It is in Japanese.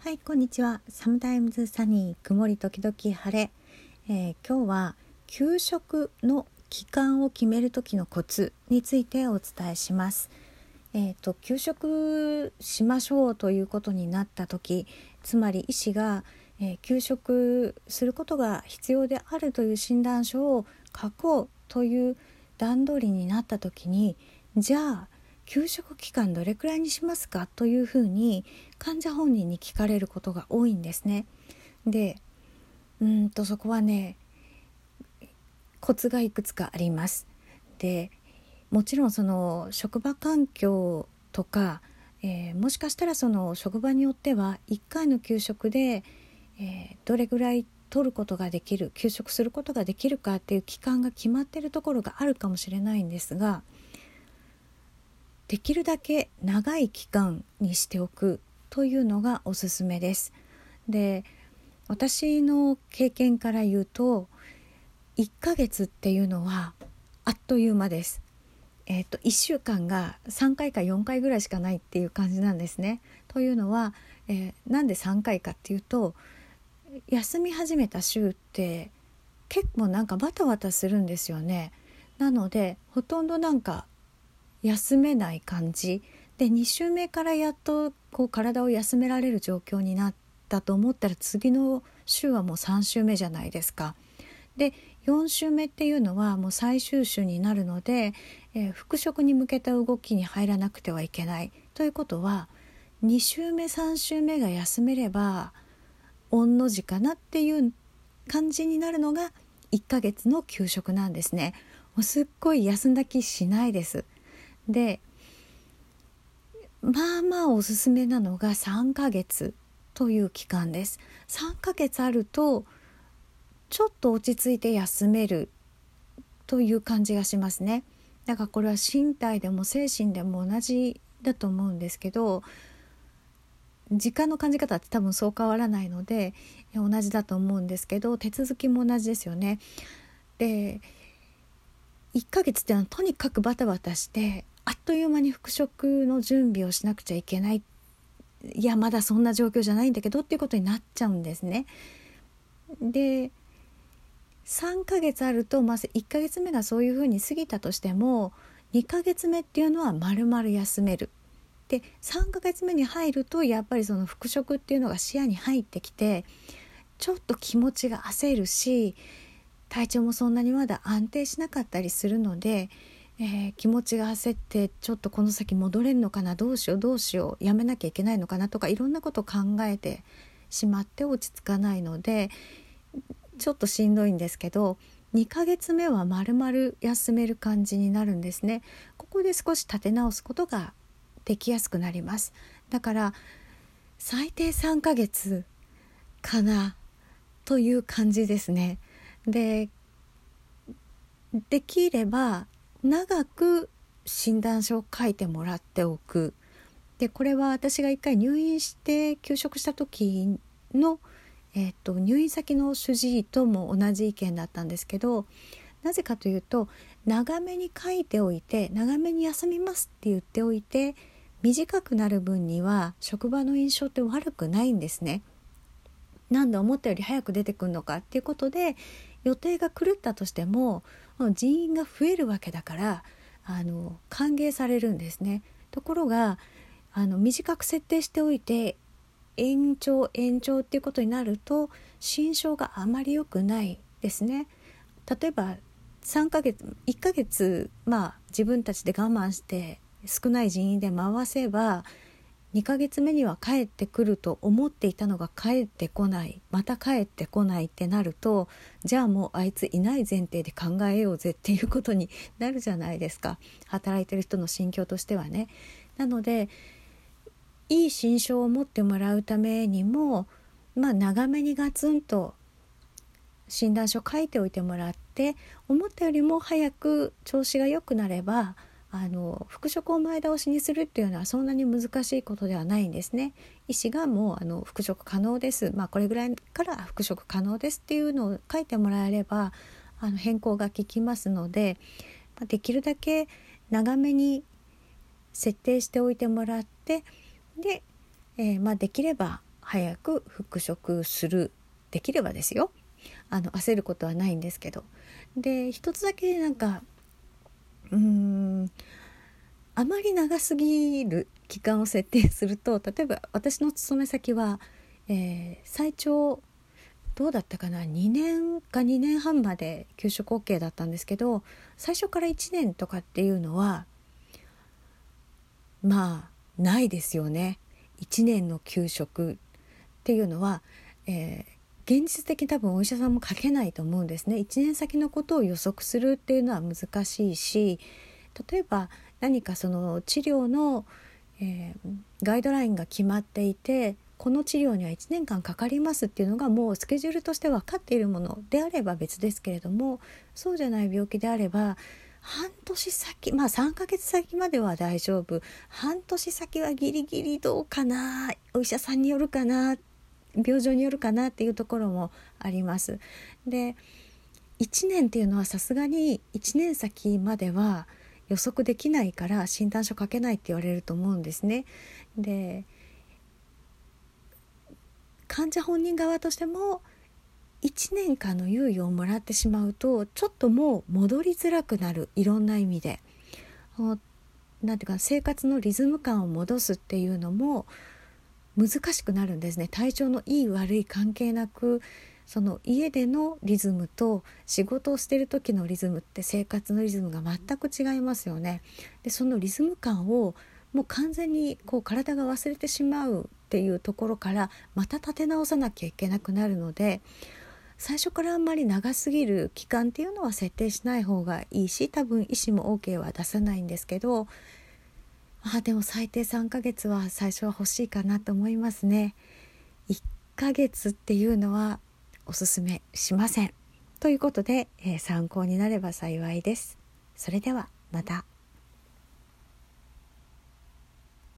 はい、こんにちは。サムタイムズサニー、曇り時々晴れ。今日は給食の期間を決める時のコツについてお伝えします。給食しましょうということになった時、つまり医師が、給食することが必要であるという診断書を書こうという段取りになった時に、じゃあ給食期間どれくらいにしますかというふうに患者本人に聞かれることが多いんですね。で、そこはね、コツがいくつかあります。で、もちろんその職場環境とか、もしかしたらその職場によっては1回の給食で、どれぐらい取ることができる、給食することができるかっていう期間が決まっているところがあるかもしれないんですが、できるだけ長い期間にしておくというのがおすすめです。で、私の経験から言うと1ヶ月っていうのはあっという間です。1週間が3回か4回ぐらいしかないっていう感じなんですね。というのは、なんで3回かっていうと、休み始めた週って結構なんかバタバタするんですよね。なのでほとんどなんか休めない感じで、2週目からやっとこう体を休められる状況になったと思ったら、次の週はもう3週目じゃないですか。で、4週目っていうのはもう最終週になるので、復職に向けた動きに入らなくてはいけないということは、2週目3週目が休めれば御の字かなっていう感じになるのが1ヶ月の給食なんですね。もうすっごい休んだ気しないです。で、まあまあおすすめなのが3ヶ月という期間です。3ヶ月あるとちょっと落ち着いて休めるという感じがしますね。だからこれは身体でも精神でも同じだと思うんですけど、時間の感じ方って多分そう変わらないので同じだと思うんですけど、手続きも同じですよね。で、1ヶ月っていうのはとにかくバタバタしてあっという間に復職の準備をしなくちゃいけない、いやまだそんな状況じゃないんだけどっていうことになっちゃうんですね。で、3ヶ月あると、まず1ヶ月目がそういうふうに過ぎたとしても、2ヶ月目っていうのは丸々休める。で、3ヶ月目に入るとやっぱりその復職っていうのが視野に入ってきて、ちょっと気持ちが焦るし、体調もそんなにまだ安定しなかったりするので、気持ちが焦って、ちょっとこの先戻れるのかな、どうしようやめなきゃいけないのかなとか、いろんなことを考えてしまって落ち着かないのでちょっとしんどいんですけど、2ヶ月目は丸々休める感じになるんですね。ここで少し立て直すことができやすくなります。だから最低3ヶ月かなという感じですね。で、できれば長く診断書を書いてもらっておく。で、これは私が一回入院して休職した時の、入院先の主治医とも同じ意見だったんですけど、なぜかというと、長めに書いておいて、長めに休みますって言っておいて、短くなる分には職場の印象って悪くないんですね。なんで思ったより早く出てくるのかっていうことで、予定が狂ったとしても人員が増えるわけだから、歓迎されるんですね。ところが短く設定しておいて延長っていうことになると、心象があまり良くないですね。例えば3ヶ月1ヶ月、自分たちで我慢して少ない人員で回せば、2ヶ月目には帰ってくると思っていたのが帰ってこない、また帰ってこないってなると、じゃあもうあいついない前提で考えようぜっていうことになるじゃないですか。働いてる人の心境としてはね。なのでいい心象を持ってもらうためにも、長めにガツンと診断書書いておいてもらって、思ったよりも早く調子が良くなれば復職を前倒しにするっていうのはそんなに難しいことではないんですね。医師がもう復職可能です、これぐらいから復職可能ですっていうのを書いてもらえれば変更が効きますので、できるだけ長めに設定しておいてもらって、で、できれば早く復職できればですよ。焦ることはないんですけど。で一つだけあまり長すぎる期間を設定すると、例えば私の勤め先は、最長どうだったかな、2年か2年半まで休職 OK だったんですけど、最初から1年とかっていうのはないですよね。1年の休職っていうのは、現実的に多分お医者さんも書けないと思うんですね。1年先のことを予測するっていうのは難しいし、例えば何かその治療の、ガイドラインが決まっていて、この治療には1年間かかりますっていうのがもうスケジュールとして分かっているものであれば別ですけれども、そうじゃない病気であれば半年先、3ヶ月先までは大丈夫、半年先はギリギリどうかな、お医者さんによるかな、病状によるかなっていうところもあります。で1年っていうのはさすがに1年先までは予測できないから診断書書けないって言われると思うんですね。で患者本人側としても1年間の猶予をもらってしまうとちょっともう戻りづらくなる、いろんな意味でなんていうか生活のリズム感を戻すっていうのも難しくなるんですね。体調のいい悪い関係なく、その家でのリズムと仕事をしている時のリズムって生活のリズムが全く違いますよね。でそのリズム感をもう完全に体が忘れてしまうっていうところからまた立て直さなきゃいけなくなるので、最初からあんまり長すぎる期間っていうのは設定しない方がいいし、多分医師も OK は出さないんですけど、でも最低3ヶ月は最初は欲しいかなと思いますね。1ヶ月っていうのはおすすめしませんということで、参考になれば幸いです。それではまた。